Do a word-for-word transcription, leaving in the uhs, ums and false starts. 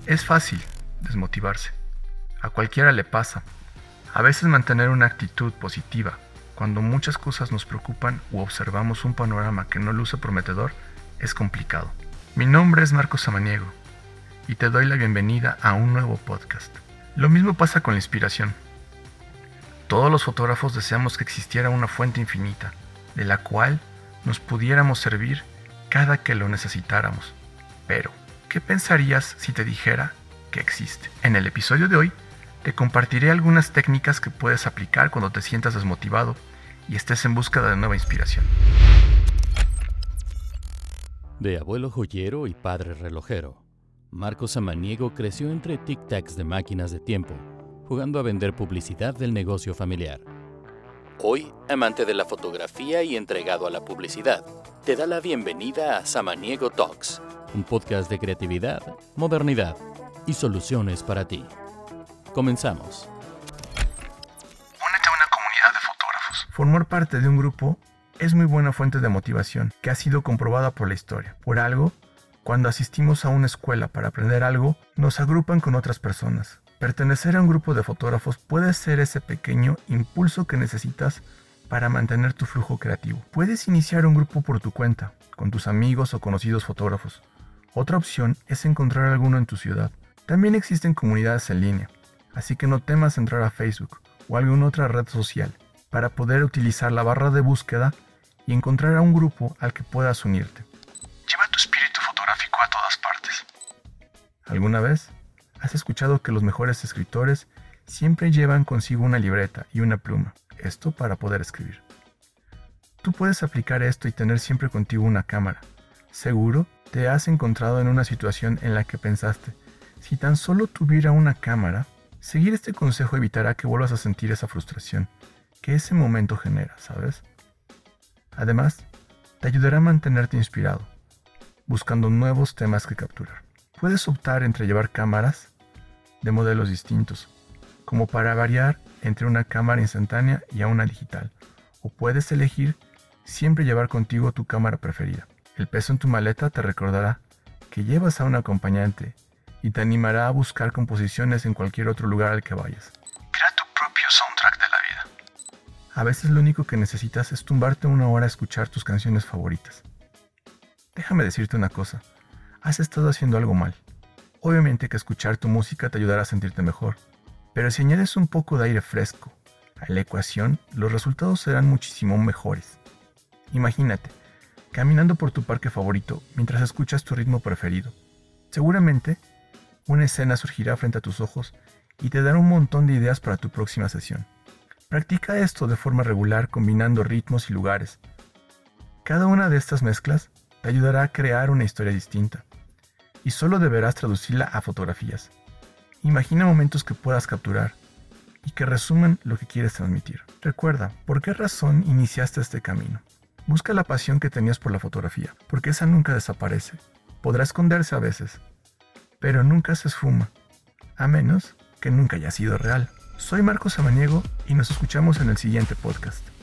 Es fácil desmotivarse. A cualquiera le pasa. A veces mantener una actitud positiva, cuando muchas cosas nos preocupan u observamos un panorama que no luce prometedor, es complicado. Mi nombre es Marcos Samaniego y te doy la bienvenida a un nuevo podcast. Lo mismo pasa con la inspiración. Todos los fotógrafos deseamos que existiera una fuente infinita, de la cual nos pudiéramos servir cada que lo necesitáramos. Pero, ¿qué pensarías si te dijera que existe? En el episodio de hoy, te compartiré algunas técnicas que puedes aplicar cuando te sientas desmotivado y estés en búsqueda de nueva inspiración. De abuelo joyero y padre relojero, Marcos Samaniego creció entre tic-tacs de máquinas de tiempo, jugando a vender publicidad del negocio familiar. Hoy, amante de la fotografía y entregado a la publicidad, te da la bienvenida a Samaniego Talks, un podcast de creatividad, modernidad y soluciones para ti. Comenzamos. Únete a una comunidad de fotógrafos. Formar parte de un grupo es muy buena fuente de motivación que ha sido comprobada por la historia. Por algo, cuando asistimos a una escuela para aprender algo, nos agrupan con otras personas. Pertenecer a un grupo de fotógrafos puede ser ese pequeño impulso que necesitas para mantener tu flujo creativo. Puedes iniciar un grupo por tu cuenta, con tus amigos o conocidos fotógrafos. Otra opción es encontrar alguno en tu ciudad. También existen comunidades en línea, así que no temas entrar a Facebook o alguna otra red social para poder utilizar la barra de búsqueda y encontrar a un grupo al que puedas unirte. Lleva tu espíritu fotográfico a todas partes. ¿Alguna vez has escuchado que los mejores escritores siempre llevan consigo una libreta y una pluma? Esto para poder escribir. Tú puedes aplicar esto y tener siempre contigo una cámara. Seguro te has encontrado en una situación en la que pensaste, si tan solo tuviera una cámara, seguir este consejo evitará que vuelvas a sentir esa frustración que ese momento genera, ¿sabes? Además, te ayudará a mantenerte inspirado, buscando nuevos temas que capturar. Puedes optar entre llevar cámaras de modelos distintos, como para variar entre una cámara instantánea y a una digital, o puedes elegir siempre llevar contigo tu cámara preferida. El peso en tu maleta te recordará que llevas a un acompañante y te animará a buscar composiciones en cualquier otro lugar al que vayas. Crea tu propio soundtrack de la vida. A veces lo único que necesitas es tumbarte una hora a escuchar tus canciones favoritas. Déjame decirte una cosa, has estado haciendo algo mal. Obviamente que escuchar tu música te ayudará a sentirte mejor, pero si añades un poco de aire fresco a la ecuación, los resultados serán muchísimo mejores. Imagínate, caminando por tu parque favorito mientras escuchas tu ritmo preferido. Seguramente, una escena surgirá frente a tus ojos y te dará un montón de ideas para tu próxima sesión. Practica esto de forma regular combinando ritmos y lugares. Cada una de estas mezclas te ayudará a crear una historia distinta y solo deberás traducirla a fotografías. Imagina momentos que puedas capturar y que resuman lo que quieres transmitir. Recuerda, ¿por qué razón iniciaste este camino? Busca la pasión que tenías por la fotografía, porque esa nunca desaparece. Podrá esconderse a veces, pero nunca se esfuma, a menos que nunca haya sido real. Soy Marcos Samaniego y nos escuchamos en el siguiente podcast.